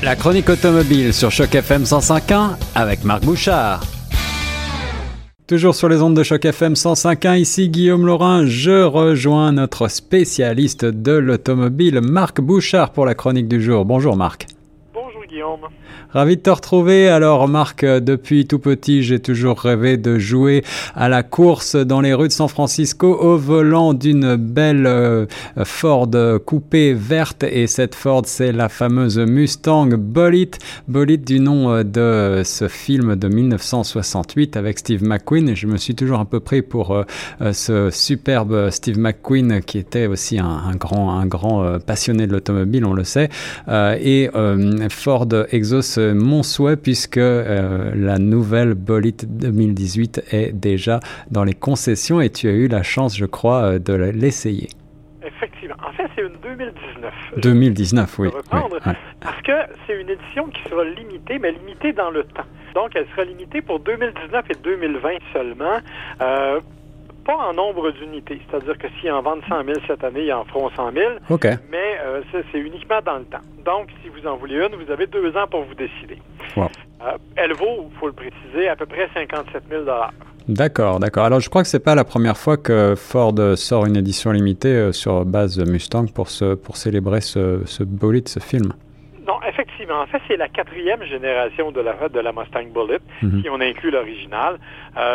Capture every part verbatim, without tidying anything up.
La chronique automobile sur Choc F M cent cinq point un avec Marc Bouchard. Toujours sur les ondes de Choc F M cent cinq point un, ici Guillaume Laurin. Je rejoins notre spécialiste de l'automobile, Marc Bouchard, pour la chronique du jour. Bonjour Marc. Bonjour Guillaume. Ravi de te retrouver. Alors Marc, depuis tout petit, j'ai toujours rêvé de jouer à la course dans les rues de San Francisco au volant d'une belle euh, Ford coupé verte. Et cette Ford, c'est la fameuse Mustang Bullitt. Bullitt du nom de ce film de dix-neuf cent soixante-huit avec Steve McQueen. Et je me suis toujours un peu pris pour euh, ce superbe Steve McQueen qui était aussi un, un grand, un grand euh, passionné de l'automobile, on le sait. Euh, et euh, Ford exauce mon souhait puisque euh, la nouvelle Bullitt deux mille dix-huit est déjà dans les concessions et tu as eu la chance, je crois, de l'essayer. Effectivement. En fait, c'est une deux mille dix-neuf. deux mille dix-neuf, oui. oui, oui. Parce que c'est une édition qui sera limitée, mais limitée dans le temps. Donc, elle sera limitée pour deux mille dix-neuf et deux mille vingt seulement. Euh, pas en nombre d'unités. C'est-à-dire que s'ils en vendent cent mille cette année, ils en feront cent mille. OK. Mais euh, ça, c'est uniquement dans le temps. Donc, si vous en voulez une, vous avez deux ans pour vous décider. Wow. Euh, elle vaut, il faut le préciser, à peu près cinquante-sept mille dollars. D'accord, d'accord. Alors, je crois que c'est pas la première fois que Ford sort une édition limitée euh, sur base Mustang pour, ce, pour célébrer ce, ce Bullitt, ce film. Non, effectivement. En fait, c'est la quatrième génération de la, de la Mustang Bullitt, mm-hmm. si on inclut l'original. Euh,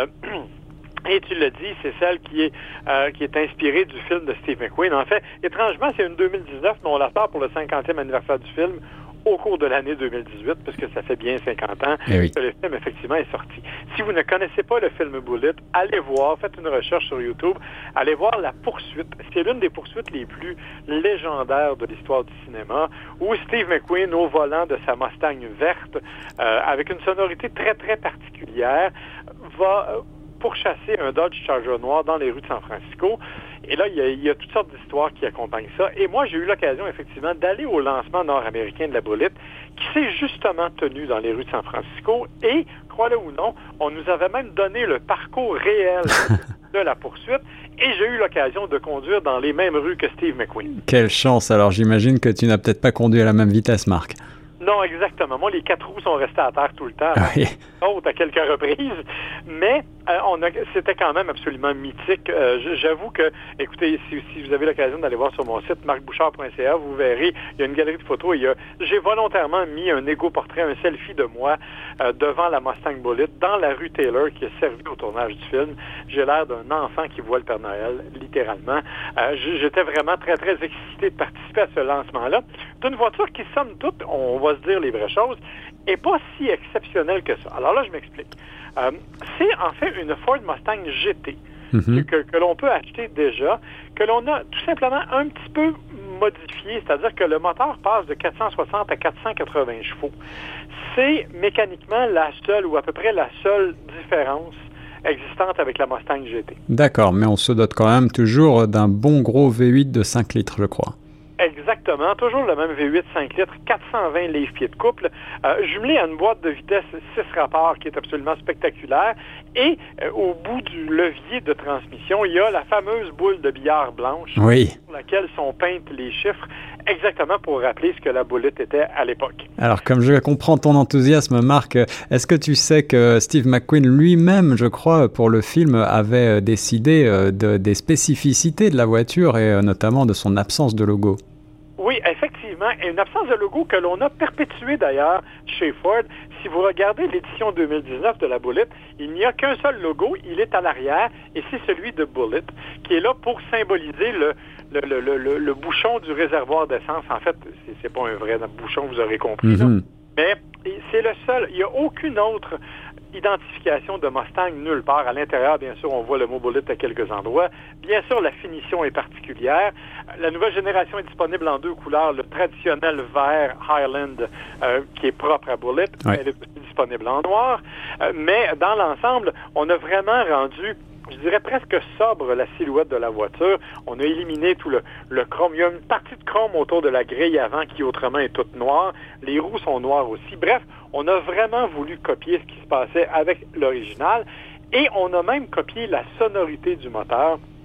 Et tu l'as dit, c'est celle qui est euh, qui est inspirée du film de Steve McQueen. En fait, étrangement, c'est une deux mille dix-neuf, mais on la sort pour le cinquantième anniversaire du film au cours de l'année deux mille dix-huit, puisque ça fait bien cinquante ans eh oui. que le film, effectivement, est sorti. Si vous ne connaissez pas le film Bullitt, allez voir, faites une recherche sur YouTube, allez voir la poursuite. C'est l'une des poursuites les plus légendaires de l'histoire du cinéma, où Steve McQueen, au volant de sa Mustang verte, euh, avec une sonorité très, très particulière, va... Euh, pourchasser un Dodge Charger noir dans les rues de San Francisco. Et là, il y a, il y a toutes sortes d'histoires qui accompagnent ça. Et moi, j'ai eu l'occasion, effectivement, d'aller au lancement nord-américain de la Bullitt, qui s'est justement tenu dans les rues de San Francisco. Et, crois-le ou non, on nous avait même donné le parcours réel de la poursuite. Et j'ai eu l'occasion de conduire dans les mêmes rues que Steve McQueen. Quelle chance! Alors, j'imagine que tu n'as peut-être pas conduit à la même vitesse, Marc. Non, exactement. Moi, les quatre roues sont restées à terre tout le temps. Oui. Autres à quelques reprises. Mais euh, on a, c'était quand même absolument mythique. Euh, j'avoue que, écoutez, si, si vous avez l'occasion d'aller voir sur mon site, marc bouchard point c a, vous verrez, il y a une galerie de photos. Et il y a, j'ai volontairement mis un égo-portrait, un selfie de moi euh, devant la Mustang Bullitt, dans la rue Taylor, qui a servi au tournage du film. J'ai l'air d'un enfant qui voit le Père Noël, littéralement. Euh, j'étais vraiment très, très excité de participer à ce lancement-là. C'est une voiture qui, somme toute, on va se dire les vraies choses, est pas si exceptionnelle que ça. Alors là, je m'explique. Euh, c'est en fait une Ford Mustang G T mm-hmm. que, que l'on peut acheter déjà, que l'on a tout simplement un petit peu modifié, c'est-à-dire que le moteur passe de quatre cent soixante à quatre cent quatre-vingts chevaux. C'est mécaniquement la seule ou à peu près la seule différence existante avec la Mustang G T. D'accord, mais on se dote quand même toujours d'un bon gros V huit de cinq litres, je crois. Exactement, toujours le même V huit cinq litres, quatre cent vingt livres-pieds de couple, euh, jumelé à une boîte de vitesse six rapports qui est absolument spectaculaire. Et euh, au bout du levier de transmission, il y a la fameuse boule de billard blanche oui. sur laquelle sont peintes les chiffres, exactement pour rappeler ce que la Bullitt était à l'époque. Alors, comme je comprends ton enthousiasme, Marc, est-ce que tu sais que Steve McQueen lui-même, je crois, pour le film, avait décidé de, des spécificités de la voiture et notamment de son absence de logo? Oui, effectivement, et une absence de logo que l'on a perpétuée d'ailleurs chez Ford. Si vous regardez l'édition deux mille dix-neuf de la Bullitt, il n'y a qu'un seul logo, il est à l'arrière, et c'est celui de Bullitt, qui est là pour symboliser le, le, le, le, le, le bouchon du réservoir d'essence. En fait, c'est, c'est pas un vrai bouchon, vous aurez compris. Mm-hmm. Mais c'est le seul, il n'y a aucune autre identification de Mustang nulle part. À l'intérieur, bien sûr, on voit le mot Bullitt à quelques endroits. Bien sûr, la finition est particulière. La nouvelle génération est disponible en deux couleurs. Le traditionnel vert Highland, euh, qui est propre à Bullitt, oui. elle est disponible en noir. Euh, mais dans l'ensemble, on a vraiment rendu, je dirais presque sobre, la silhouette de la voiture. On a éliminé tout le, le chrome. Il y a une partie de chrome autour de la grille avant qui autrement est toute noire. Les roues sont noires aussi. Bref, on a vraiment voulu copier ce qui se passait avec l'original et on a même copié la sonorité du moteur.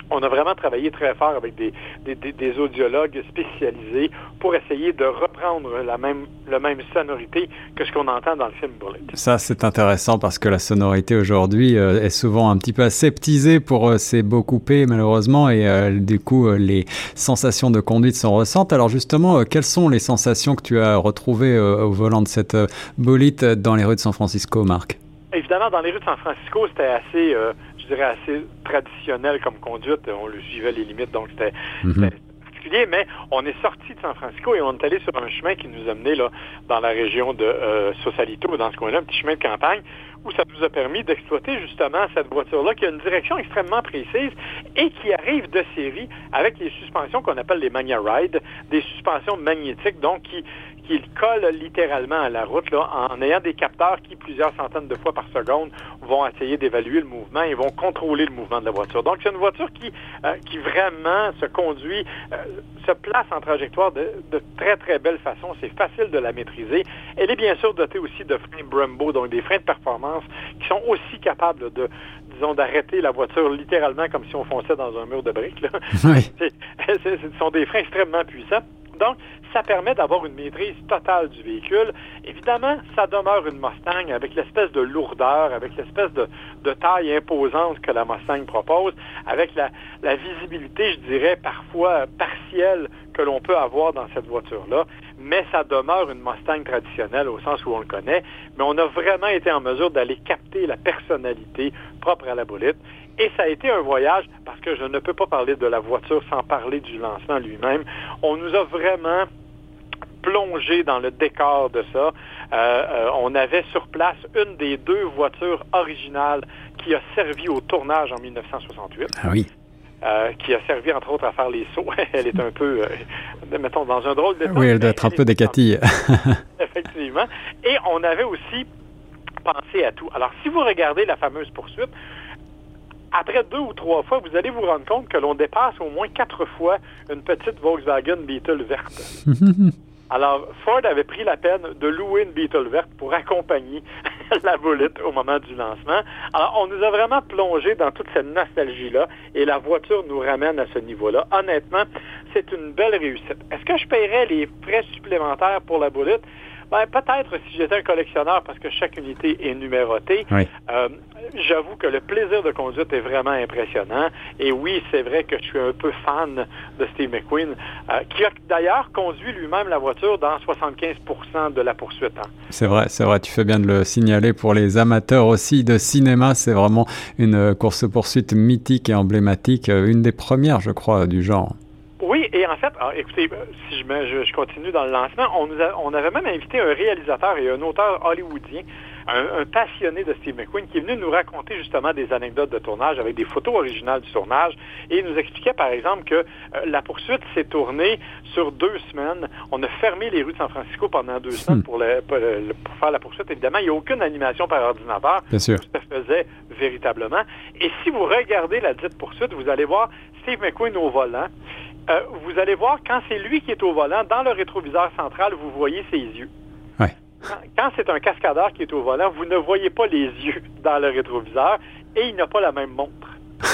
On a vraiment travaillé très fort avec des, des, des, des audiologues spécialisés pour essayer de reprendre la même, la même sonorité que ce qu'on entend dans le film Bullitt. Ça, c'est intéressant parce que la sonorité aujourd'hui euh, est souvent un petit peu aseptisée pour euh, ces beaux coupés, malheureusement, et euh, du coup, euh, les sensations de conduite sont ressenties. Alors justement, euh, quelles sont les sensations que tu as retrouvées euh, au volant de cette euh, Bullitt dans les rues de San Francisco, Marc? Évidemment, dans les rues de San Francisco, c'était assez... Euh, je dirais assez traditionnel comme conduite. On le suivait les limites, donc c'était, mm-hmm. c'était particulier. Mais on est sorti de San Francisco et on est allé sur un chemin qui nous a mené là, dans la région de euh, Sausalito, dans ce coin-là, un petit chemin de campagne, où ça nous a permis d'exploiter justement cette voiture-là qui a une direction extrêmement précise et qui arrive de série avec les suspensions qu'on appelle les Magna Ride, des suspensions magnétiques, donc qui qui collent littéralement à la route là, en ayant des capteurs qui, plusieurs centaines de fois par seconde, vont essayer d'évaluer le mouvement et vont contrôler le mouvement de la voiture. Donc, c'est une voiture qui, euh, qui vraiment se conduit, euh, se place en trajectoire de, de très, très belle façon. C'est facile de la maîtriser. Elle est bien sûr dotée aussi de freins Brembo, donc des freins de performance qui sont aussi capables de, disons, d'arrêter la voiture littéralement comme si on fonçait dans un mur de briques. Là. Oui. C'est, c'est, ce sont des freins extrêmement puissants. Donc, ça permet d'avoir une maîtrise totale du véhicule. Évidemment, ça demeure une Mustang avec l'espèce de lourdeur, avec l'espèce de, de taille imposante que la Mustang propose, avec la, la visibilité, je dirais, parfois partielle que l'on peut avoir dans cette voiture-là. Mais ça demeure une Mustang traditionnelle au sens où on le connaît. Mais on a vraiment été en mesure d'aller capter la personnalité propre à la Bullitt. Et ça a été un voyage, parce que je ne peux pas parler de la voiture sans parler du lancement lui-même. On nous a vraiment plongé dans le décor de ça. Euh, euh, on avait sur place une des deux voitures originales qui a servi au tournage en dix-neuf cent soixante-huit. Ah oui. Euh, qui a servi, entre autres, à faire les sauts. Elle est un peu, euh, mettons, dans un drôle d'état. Oui, elle doit être un peu décatille. Effectivement. Et on avait aussi pensé à tout. Alors, si vous regardez la fameuse poursuite, après deux ou trois fois, vous allez vous rendre compte que l'on dépasse au moins quatre fois une petite Volkswagen Beetle verte. Alors, Ford avait pris la peine de louer une Beetle verte pour accompagner la Bullitt au moment du lancement. Alors, on nous a vraiment plongé dans toute cette nostalgie-là et la voiture nous ramène à ce niveau-là. Honnêtement, c'est une belle réussite. Est-ce que je paierais les frais supplémentaires pour la Bullitt? Ben, peut-être si j'étais un collectionneur parce que chaque unité est numérotée. Oui. Euh, j'avoue que le plaisir de conduite est vraiment impressionnant. Et oui, c'est vrai que je suis un peu fan de Steve McQueen, euh, qui a d'ailleurs conduit lui-même la voiture dans soixante-quinze pour cent de la poursuite. Hein. C'est vrai, c'est vrai. Tu fais bien de le signaler pour les amateurs aussi de cinéma. C'est vraiment une course-poursuite mythique et emblématique, une des premières, je crois, du genre. Oui, et en fait, alors, écoutez, si je, me, je, je continue dans le lancement, on, nous a, on avait même invité un réalisateur et un auteur hollywoodien, un, un passionné de Steve McQueen, qui est venu nous raconter justement des anecdotes de tournage avec des photos originales du tournage, et il nous expliquait par exemple que euh, la poursuite s'est tournée sur deux semaines. On a fermé les rues de San Francisco pendant deux semaines pour, le, pour, le, pour faire la poursuite. Évidemment, il n'y a aucune animation par ordinateur. Bien sûr. Ça se faisait véritablement. Et si vous regardez la dite poursuite, vous allez voir Steve McQueen au volant. Euh, vous allez voir, quand c'est lui qui est au volant, dans le rétroviseur central, vous voyez ses yeux. Ouais. Quand, quand c'est un cascadeur qui est au volant, vous ne voyez pas les yeux dans le rétroviseur et il n'a pas la même montre.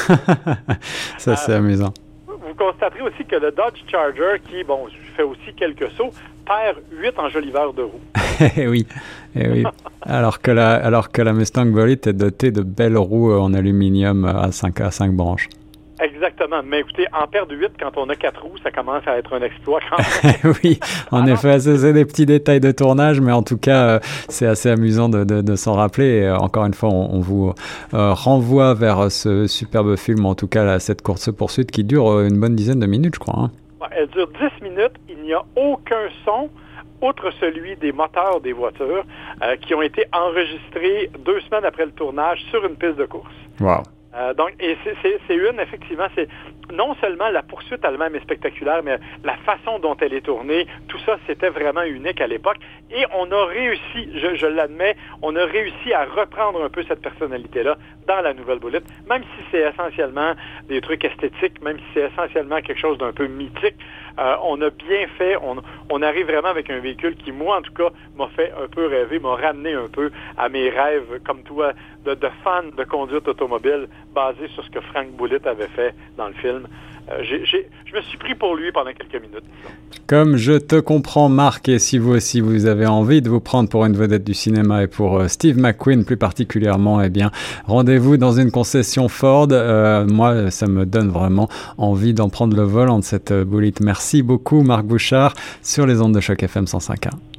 Ça, c'est euh, amusant. Vous constaterez aussi que le Dodge Charger, qui, bon, fait aussi quelques sauts, perd huit enjoliveurs de roues. Eh oui, eh oui. alors, que la, alors que la Mustang Bullitt est dotée de belles roues en aluminium à cinq, à cinq branches. Exactement. Mais écoutez, en perdre huit quand on a quatre roues, ça commence à être un exploit quand même. Oui, en Alors, effet, c'est des petits détails de tournage, mais en tout cas, euh, c'est assez amusant de, de, de s'en rappeler. Et, euh, encore une fois, on, on vous euh, renvoie vers ce superbe film, en tout cas, là, cette course-poursuite qui dure euh, une bonne dizaine de minutes, je crois. Hein. Elle dure dix minutes. Il n'y a aucun son, outre celui des moteurs des voitures, euh, qui ont été enregistrés deux semaines après le tournage sur une piste de course. Wow. Euh, donc, et c'est, c'est, c'est une, effectivement, c'est non seulement la poursuite elle-même est spectaculaire, mais la façon dont elle est tournée, tout ça, c'était vraiment unique à l'époque. Et on a réussi, je, je l'admets, on a réussi à reprendre un peu cette personnalité-là dans la nouvelle Bullitt, même si c'est essentiellement des trucs esthétiques, même si c'est essentiellement quelque chose d'un peu mythique. Euh, on a bien fait, on, on arrive vraiment avec un véhicule qui, moi, en tout cas, m'a fait un peu rêver, m'a ramené un peu à mes rêves, comme toi, de, de fan de conduite automobile basé sur ce que Frank Bullitt avait fait dans le film. Euh, j'ai, j'ai, je me suis pris pour lui pendant quelques minutes. Comme je te comprends, Marc, et si vous aussi vous avez envie de vous prendre pour une vedette du cinéma et pour euh, Steve McQueen plus particulièrement, eh bien, rendez-vous dans une concession Ford. Euh, moi, ça me donne vraiment envie d'en prendre le volant de cette euh, Bullitt. Merci beaucoup, Marc Bouchard, sur les ondes de Choc F M cent cinq point un.